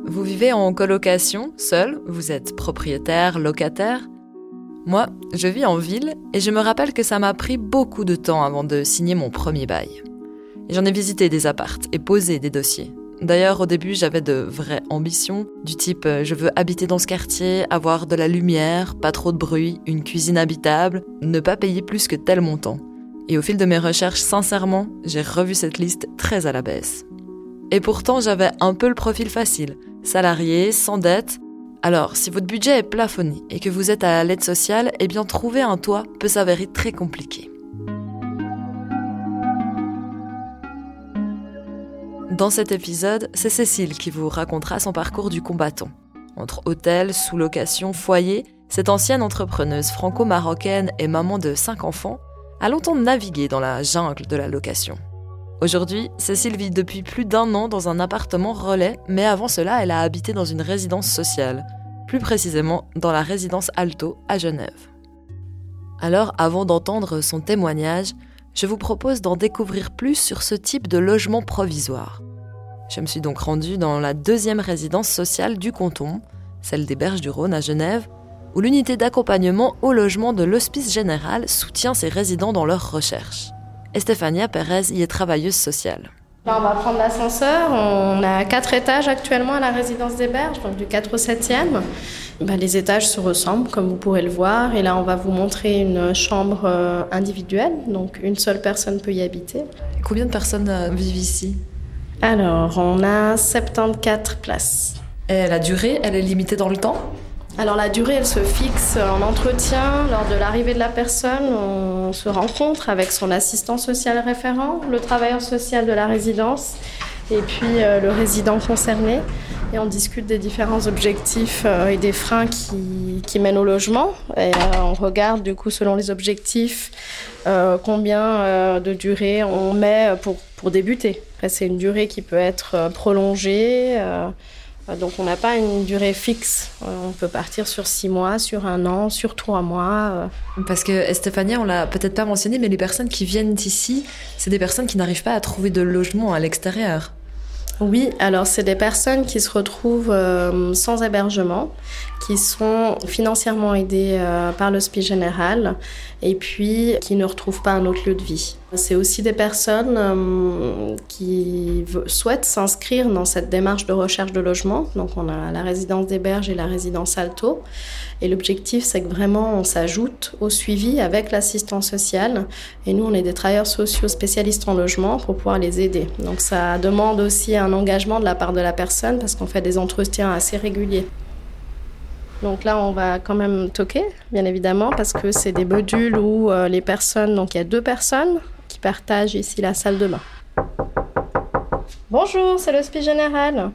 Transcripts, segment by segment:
Vous vivez en colocation, seul, vous êtes propriétaire, locataire. Moi, je vis en ville et je me rappelle que ça m'a pris beaucoup de temps avant de signer mon premier bail. Et j'en ai visité des appartes et posé des dossiers. D'ailleurs, au début, j'avais de vraies ambitions, du type je veux habiter dans ce quartier, avoir de la lumière, pas trop de bruit, une cuisine habitable, ne pas payer plus que tel montant. Et au fil de mes recherches, sincèrement, j'ai revu cette liste très à la baisse. Et pourtant, j'avais un peu le profil facile, salarié, sans dette. Alors, si votre budget est plafonné et que vous êtes à l'aide sociale, eh bien trouver un toit peut s'avérer très compliqué. Dans cet épisode, c'est Cécile qui vous racontera son parcours du combattant. Entre hôtel, sous-location, foyer, cette ancienne entrepreneuse franco-marocaine et maman de 5 enfants a longtemps navigué dans la jungle de la location. Aujourd'hui, Cécile vit depuis plus d'1 an dans un appartement relais, mais avant cela, elle a habité dans une résidence sociale, plus précisément dans la résidence Alto à Genève. Alors, avant d'entendre son témoignage, je vous propose d'en découvrir plus sur ce type de logement provisoire. Je me suis donc rendue dans la 2e résidence sociale du canton, celle des Berges du Rhône à Genève, où l'unité d'accompagnement au logement de l'Hospice Général soutient ses résidents dans leurs recherches. Estefania Pérez y est travailleuse sociale. Là, on va prendre l'ascenseur. On a 4 étages actuellement à la résidence des Berges, donc du 4 au 7e. Les étages se ressemblent, comme vous pourrez le voir. Et là, on va vous montrer une chambre individuelle. Donc, une seule personne peut y habiter. Combien de personnes vivent ici ? Alors, on a 74 places. Et la durée, elle est limitée dans le temps ? Alors la durée, elle se fixe en entretien. Lors de l'arrivée de la personne, on se rencontre avec son assistant social référent, le travailleur social de la résidence et puis le résident concerné. Et on discute des différents objectifs et des freins qui mènent au logement. Et on regarde du coup selon les objectifs combien de durée on met pour débuter. Après, c'est une durée qui peut être prolongée. Donc on n'a pas une durée fixe. On peut partir sur 6 mois, sur 1 an, sur 3 mois. Parce que Estefania, on l'a peut-être pas mentionné, mais les personnes qui viennent ici, c'est des personnes qui n'arrivent pas à trouver de logement à l'extérieur. Oui, alors c'est des personnes qui se retrouvent sans hébergement, qui sont financièrement aidées par l'Hospice Général et puis qui ne retrouvent pas un autre lieu de vie. C'est aussi des personnes qui souhaitent s'inscrire dans cette démarche de recherche de logement. Donc on a la résidence des Berges et la résidence Alto. Et l'objectif, c'est que vraiment on s'ajoute au suivi avec l'assistant social. Et nous, on est des travailleurs sociaux spécialistes en logement pour pouvoir les aider. Donc ça demande aussi un engagement de la part de la personne parce qu'on fait des entretiens assez réguliers. Donc là, on va quand même toquer, bien évidemment, parce que c'est des modules où les personnes, donc il y a 2 personnes qui partagent ici la salle de bain. Bonjour, c'est l'Hospice Général.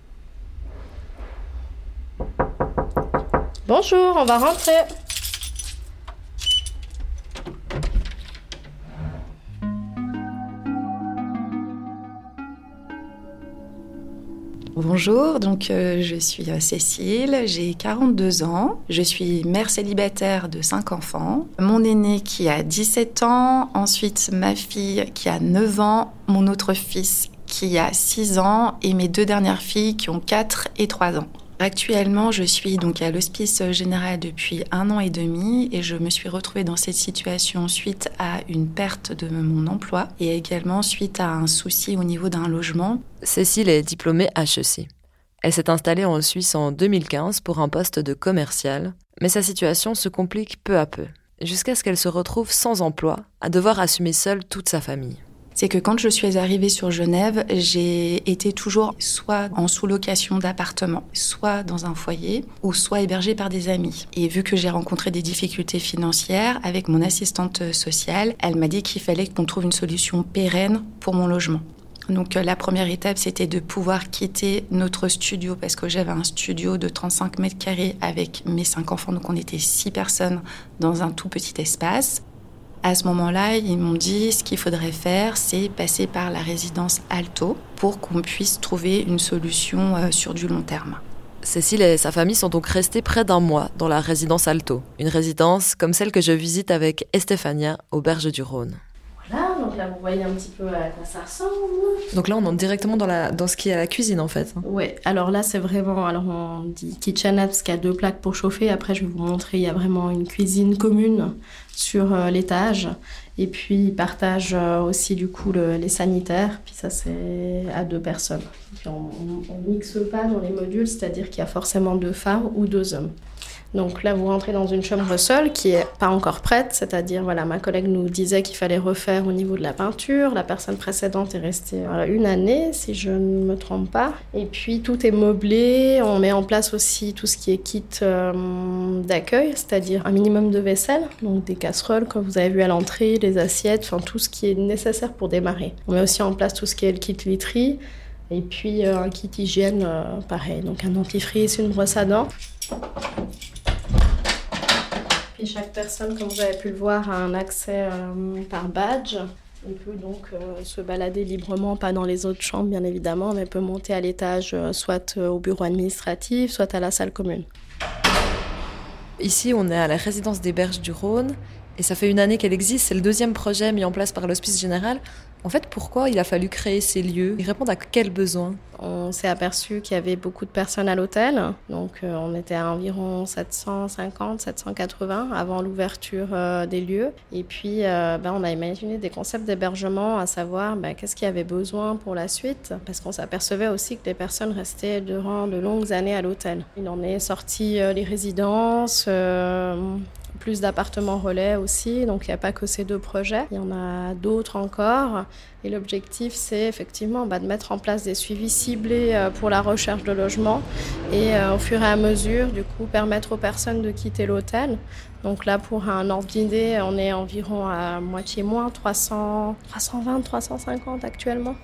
Bonjour, on va rentrer. Bonjour, donc je suis Cécile, j'ai 42 ans, je suis mère célibataire de 5 enfants, mon aîné qui a 17 ans, ensuite ma fille qui a 9 ans, mon autre fils qui a 6 ans et mes 2 dernières filles qui ont 4 et 3 ans. Actuellement, je suis donc à l'Hospice Général depuis 1 an et demi et je me suis retrouvée dans cette situation suite à une perte de mon emploi et également suite à un souci au niveau d'un logement. Cécile est diplômée HEC. Elle s'est installée en Suisse en 2015 pour un poste de commercial, mais sa situation se complique peu à peu, jusqu'à ce qu'elle se retrouve sans emploi, à devoir assumer seule toute sa famille. C'est que quand je suis arrivée sur Genève, j'ai été toujours soit en sous-location d'appartement, soit dans un foyer, ou soit hébergée par des amis. Et vu que j'ai rencontré des difficultés financières, avec mon assistante sociale, elle m'a dit qu'il fallait qu'on trouve une solution pérenne pour mon logement. Donc la première étape, c'était de pouvoir quitter notre studio, parce que j'avais un studio de 35 mètres carrés avec mes 5 enfants, donc on était 6 personnes dans un tout petit espace. À ce moment-là, ils m'ont dit ce qu'il faudrait faire, c'est passer par la résidence Alto pour qu'on puisse trouver une solution sur du long terme. Cécile et sa famille sont donc restées près d'1 mois dans la résidence Alto, une résidence comme celle que je visite avec Estefania aux Berges du Rhône. Voilà, donc Donc là, vous voyez un petit peu à quoi ça ressemble. Donc là, on entre directement dans ce qui est à la cuisine, en fait. Oui, alors là, c'est vraiment... Alors, on dit kitchenette parce qu'il y a 2 plaques pour chauffer. Après, je vais vous montrer, il y a vraiment une cuisine commune sur l'étage. Et puis, ils partagent aussi, du coup, les sanitaires. Puis ça, c'est à 2 personnes. Et puis, on mixe pas dans les modules, c'est-à-dire qu'il y a forcément 2 femmes ou 2 hommes. Donc là, vous rentrez dans une chambre seule qui n'est pas encore prête, c'est-à-dire, voilà, ma collègue nous disait qu'il fallait refaire au niveau de la peinture. La personne précédente est restée 1 année, si je ne me trompe pas. Et puis, tout est meublé. On met en place aussi tout ce qui est kit d'accueil, c'est-à-dire un minimum de vaisselle, donc des casseroles, comme vous avez vu à l'entrée, les assiettes, enfin tout ce qui est nécessaire pour démarrer. On met aussi en place tout ce qui est le kit literie, et puis un kit hygiène, pareil, donc un dentifrice, une brosse à dents. Puis chaque personne, comme vous avez pu le voir, a un accès par badge. On peut donc se balader librement, pas dans les autres chambres bien évidemment, mais peut monter à l'étage, soit au bureau administratif, soit à la salle commune. Ici, on est à la résidence des Berges du Rhône, et ça fait 1 année qu'elle existe. C'est le 2e projet mis en place par l'Hospice Général. En fait, pourquoi il a fallu créer ces lieux? Ils répondent à quels besoins? On s'est aperçu qu'il y avait beaucoup de personnes à l'hôtel. Donc, on était à environ 750, 780 avant l'ouverture des lieux. Et puis, on a imaginé des concepts d'hébergement, à savoir qu'est-ce qu'il y avait besoin pour la suite. Parce qu'on s'apercevait aussi que les personnes restaient durant de longues années à l'hôtel. Il en est sorti les résidences, plus d'appartements relais aussi, donc il n'y a pas que ces 2 projets, il y en a d'autres encore. Et l'objectif, c'est effectivement de mettre en place des suivis ciblés pour la recherche de logement et au fur et à mesure, du coup, permettre aux personnes de quitter l'hôtel. Donc là, pour un ordre d'idée, on est environ à moitié moins, 320, 350 actuellement.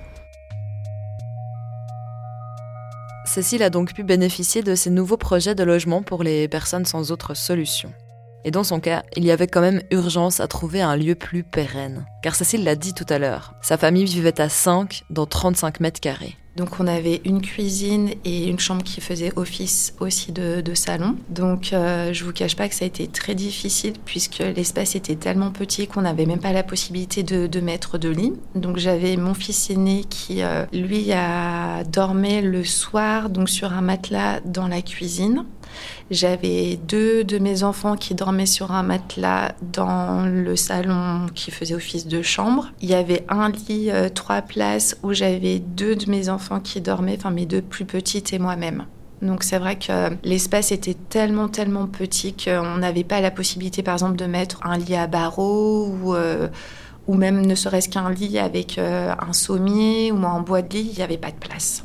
Cécile a donc pu bénéficier de ces nouveaux projets de logement pour les personnes sans autre solution. Et dans son cas, il y avait quand même urgence à trouver un lieu plus pérenne. Car Cécile l'a dit tout à l'heure, sa famille vivait à 5 dans 35 mètres carrés. Donc on avait une cuisine et une chambre qui faisait office aussi de salon. Donc je vous cache pas que ça a été très difficile puisque l'espace était tellement petit qu'on n'avait même pas la possibilité de mettre de lit. Donc j'avais mon fils aîné qui lui a dormi le soir donc sur un matelas dans la cuisine. J'avais 2 de mes enfants qui dormaient sur un matelas dans le salon qui faisait office de chambre. Il y avait un lit 3 places où j'avais 2 de mes enfants qui dormaient, enfin mes 2 plus petites et moi-même. Donc c'est vrai que l'espace était tellement petit qu'on n'avait pas la possibilité par exemple de mettre un lit à barreaux ou même ne serait-ce qu'un lit avec un sommier ou un bois de lit, il n'y avait pas de place.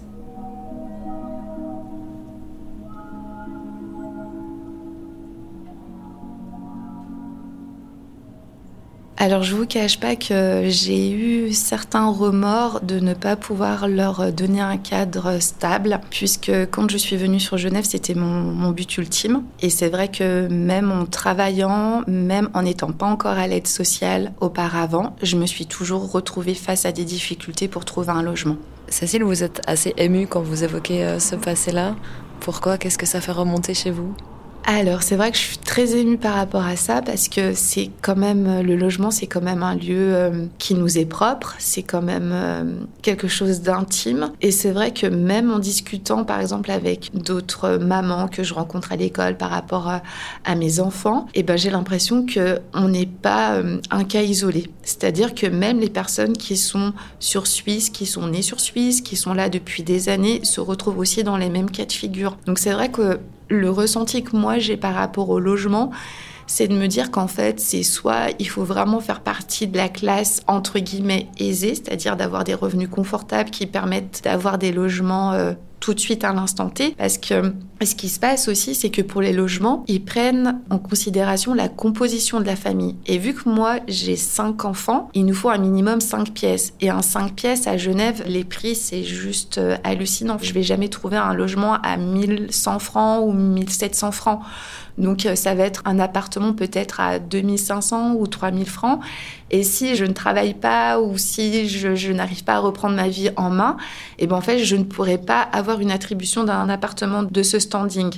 Alors je vous cache pas que j'ai eu certains remords de ne pas pouvoir leur donner un cadre stable puisque quand je suis venue sur Genève, c'était mon but ultime. Et c'est vrai que même en travaillant, même en n'étant pas encore à l'aide sociale auparavant, je me suis toujours retrouvée face à des difficultés pour trouver un logement. Cécile, vous êtes assez émue quand vous évoquez ce passé-là. Pourquoi? Qu'est-ce que ça fait remonter chez vous? Alors, c'est vrai que je suis très émue par rapport à ça parce que c'est quand même, le logement, c'est quand même un lieu qui nous est propre, c'est quand même quelque chose d'intime. Et c'est vrai que même en discutant, par exemple, avec d'autres mamans que je rencontre à l'école par rapport à mes enfants, j'ai l'impression qu'on n'est pas un cas isolé. C'est-à-dire que même les personnes qui sont sur Suisse, qui sont nées sur Suisse, qui sont là depuis des années, se retrouvent aussi dans les mêmes cas de figure. Donc c'est vrai que le ressenti que moi j'ai par rapport au logement, c'est de me dire qu'en fait, c'est soit il faut vraiment faire partie de la classe entre guillemets aisée, c'est-à-dire d'avoir des revenus confortables qui permettent d'avoir des logements tout de suite à l'instant T, parce que ce qui se passe aussi, c'est que pour les logements, ils prennent en considération la composition de la famille. Et vu que moi, j'ai 5 enfants, il nous faut un minimum 5 pièces. Et un 5 pièces à Genève, les prix, c'est juste hallucinant. Je vais jamais trouver un logement à 1100 francs ou 1700 francs. Donc, ça va être un appartement peut-être à 2500 ou 3000 francs. Et si je ne travaille pas ou si je n'arrive pas à reprendre ma vie en main, en fait, je ne pourrais pas avoir une attribution d'un appartement de ce standing.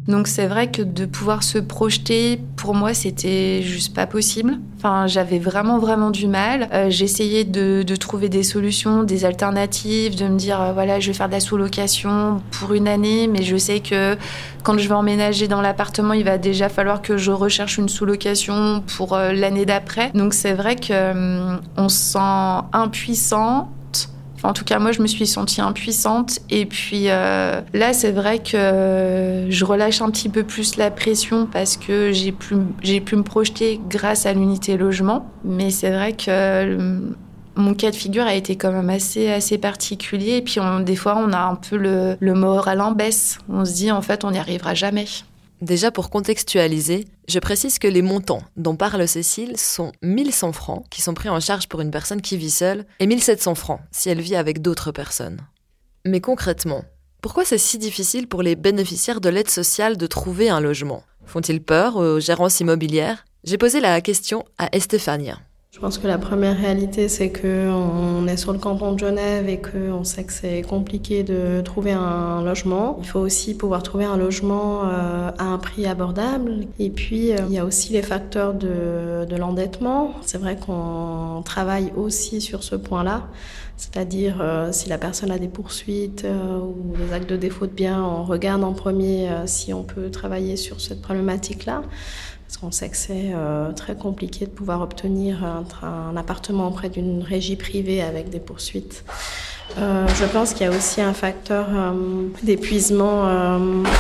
Donc c'est vrai que de pouvoir se projeter, pour moi, c'était juste pas possible. Enfin, j'avais vraiment du mal. J'essayais de trouver des solutions, des alternatives, de me dire, voilà, je vais faire de la sous-location pour une année, mais je sais que quand je vais emménager dans l'appartement, il va déjà falloir que je recherche une sous-location pour l'année d'après. Donc c'est vrai qu'on se sent impuissant. En tout cas, moi, je me suis sentie impuissante. Et puis là, c'est vrai que je relâche un petit peu plus la pression parce que j'ai pu me projeter grâce à l'unité logement. Mais c'est vrai que mon cas de figure a été quand même assez particulier. Et puis, des fois, on a un peu le moral en baisse. On se dit, en fait, on n'y arrivera jamais. Déjà, pour contextualiser, je précise que les montants dont parle Cécile sont 1100 francs qui sont pris en charge pour une personne qui vit seule et 1700 francs si elle vit avec d'autres personnes. Mais concrètement, pourquoi c'est si difficile pour les bénéficiaires de l'aide sociale de trouver un logement ? Font-ils peur aux gérances immobilières ? J'ai posé la question à Estéphania. Je pense que la première réalité, c'est qu'on est sur le canton de Genève et qu'on sait que c'est compliqué de trouver un logement. Il faut aussi pouvoir trouver un logement à un prix abordable. Et puis, il y a aussi les facteurs de l'endettement. C'est vrai qu'on travaille aussi sur ce point-là. C'est-à-dire, si la personne a des poursuites ou des actes de défaut de biens, on regarde en premier si on peut travailler sur cette problématique-là. Parce qu'on sait que c'est très compliqué de pouvoir obtenir un appartement auprès d'une régie privée avec des poursuites. Je pense qu'il y a aussi un facteur d'épuisement,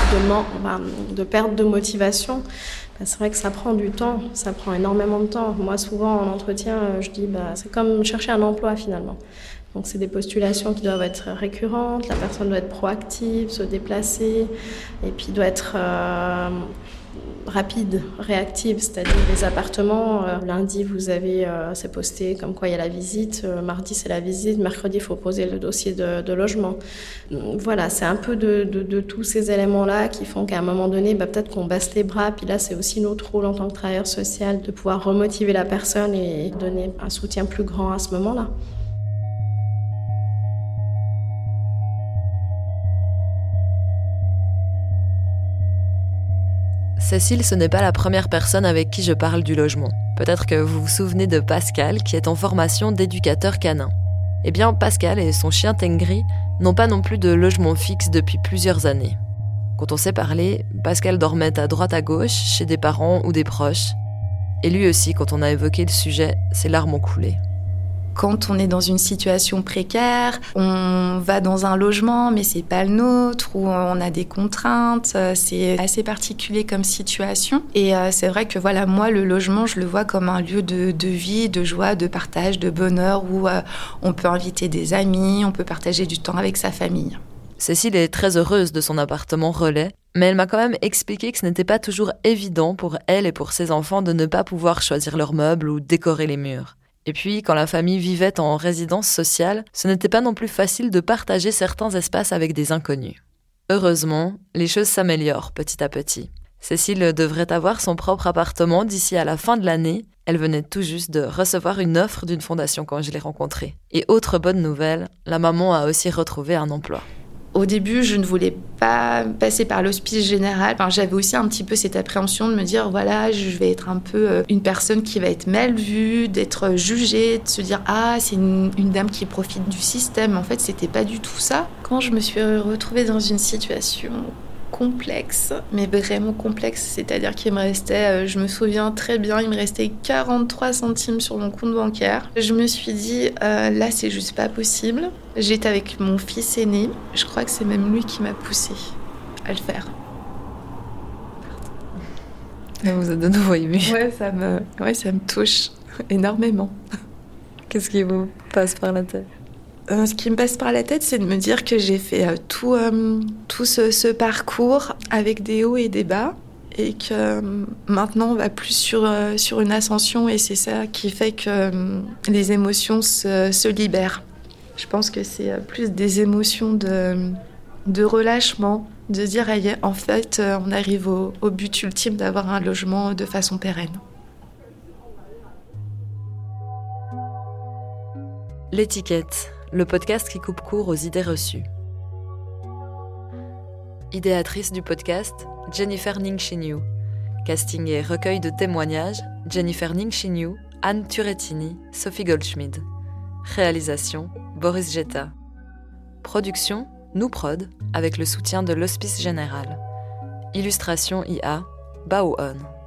de perte de motivation. C'est vrai que ça prend du temps, ça prend énormément de temps. Moi, souvent, en entretien, je dis c'est comme chercher un emploi finalement. Donc, c'est des postulations qui doivent être récurrentes, la personne doit être proactive, se déplacer, et puis doit être rapide, réactive, c'est-à-dire les appartements. Lundi, vous avez, c'est posté comme quoi il y a la visite. Mardi, c'est la visite. Mercredi, il faut poser le dossier de logement. Voilà, c'est un peu de tous ces éléments-là qui font qu'à un moment donné, peut-être qu'on baisse les bras. Puis là, c'est aussi notre rôle en tant que travailleur social de pouvoir remotiver la personne et donner un soutien plus grand à ce moment-là. Cécile, ce n'est pas la première personne avec qui je parle du logement. Peut-être que vous vous souvenez de Pascal, qui est en formation d'éducateur canin. Eh bien, Pascal et son chien Tengri n'ont pas non plus de logement fixe depuis plusieurs années. Quand on s'est parlé, Pascal dormait à droite à gauche, chez des parents ou des proches. Et lui aussi, quand on a évoqué le sujet, ses larmes ont coulé. Quand on est dans une situation précaire, on va dans un logement, mais c'est pas le nôtre, ou on a des contraintes, c'est assez particulier comme situation. Et c'est vrai que voilà, moi, le logement, je le vois comme un lieu de vie, de joie, de partage, de bonheur, où on peut inviter des amis, on peut partager du temps avec sa famille. Cécile est très heureuse de son appartement relais, mais elle m'a quand même expliqué que ce n'était pas toujours évident pour elle et pour ses enfants de ne pas pouvoir choisir leurs meubles ou décorer les murs. Et puis, quand la famille vivait en résidence sociale, ce n'était pas non plus facile de partager certains espaces avec des inconnus. Heureusement, les choses s'améliorent petit à petit. Cécile devrait avoir son propre appartement d'ici à la fin de l'année. Elle venait tout juste de recevoir une offre d'une fondation quand je l'ai rencontrée. Et autre bonne nouvelle, la maman a aussi retrouvé un emploi. Au début, je ne voulais pas passer par l'hospice général. Enfin, j'avais aussi un petit peu cette appréhension de me dire, voilà, je vais être un peu une personne qui va être mal vue, d'être jugée, de se dire, ah, c'est une dame qui profite du système. En fait, c'était pas du tout ça. Quand je me suis retrouvée dans une situation complexe, mais vraiment complexe, c'est-à-dire qu'il me restait, je me souviens très bien, il me restait 43 centimes sur mon compte bancaire. Je me suis dit, là, c'est juste pas possible. J'étais avec mon fils aîné, je crois que c'est même lui qui m'a poussée à le faire. Vous êtes de nouveau ému. Ouais, ça me touche énormément. Qu'est-ce qui vous passe par la tête ? Ce qui me passe par la tête, c'est de me dire que j'ai fait tout ce parcours avec des hauts et des bas et que maintenant on va plus sur une ascension et c'est ça qui fait que les émotions se libèrent. Je pense que c'est plus des émotions de relâchement, de dire en fait on arrive au but ultime d'avoir un logement de façon pérenne. L'étiquette, le podcast qui coupe court aux idées reçues. Idéatrice du podcast, Jennifer Ning-Shin-Yu. Casting et recueil de témoignages, Jennifer Ning-Shin-Yu, Anne Turettini, Sophie Goldschmidt. Réalisation, Boris Jetta. Production, Nous Prod, avec le soutien de l'Hospice Général. Illustration IA, Bao On.